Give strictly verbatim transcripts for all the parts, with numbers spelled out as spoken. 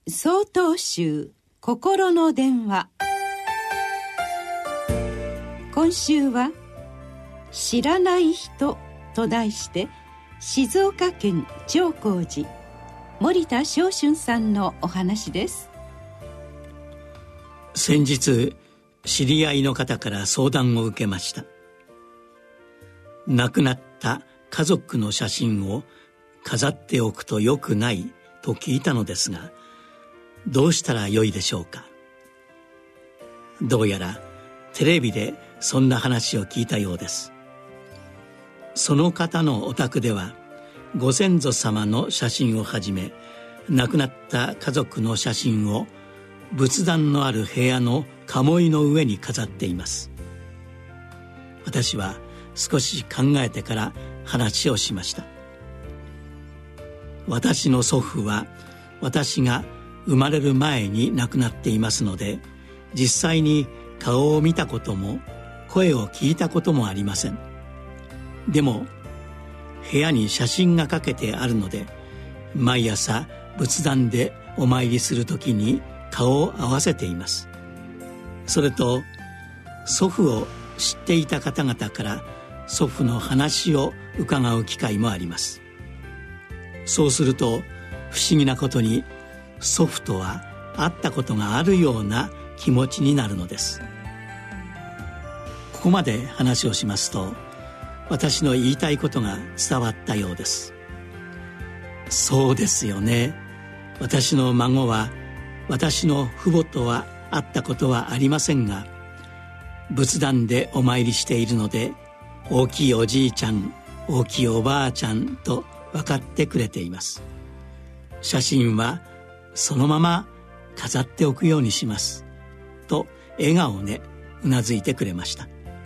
曹洞宗心の電話。今週は知らない人と題して、静岡県長光寺森田正春さんのお話です。 先日知り合いの方から相談を受けました。亡くなった家族の写真を飾っておくとよくないと聞いたのですが、どうしたらよいでしょうか。どうやらテレビでそんな話を聞いたようです。その方のお宅では、ご先祖様の写真をはじめ、亡くなった家族の写真を仏壇のある部屋の鴨居の上に飾っています。私は少し考えてから話をしました。私の祖父は私が生まれる前に亡くなっていますので、実際に顔を見たことも声を聞いたこともありません。でも部屋に写真がかけてあるので、毎朝仏壇でお参りするときに顔を合わせています。それと祖父を知っていた方々から祖父の話を伺う機会もあります。そうすると不思議なことに、祖父とは会ったことがあるような気持ちになるのです。ここまで話をしますと、私の言いたいことが伝わったようです。そうですよね。私の孫は私の父母とは会ったことはありませんが、仏壇でお参りしているので、大きいおじいちゃん、大きいおばあちゃんと分かってくれています。写真はそのまま飾っておくようにしますと笑顔でうなずいてくれました。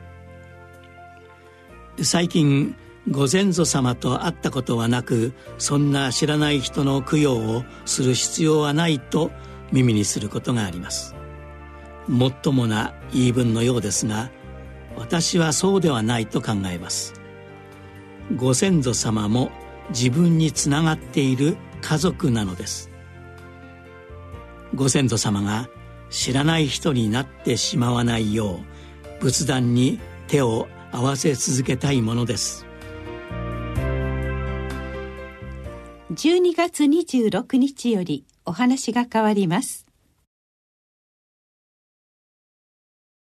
最近ご先祖様と会ったことはなく、そんな知らない人の供養をする必要はないと耳にすることがあります。もっともな言い分のようですが、私はそうではないと考えます。ご先祖様も自分につながっている家族なのです。ご先祖様が知らない人になってしまわないよう、仏壇に手を合わせ続けたいものです。 じゅうにがつにじゅうろくにちよりお話が変わります。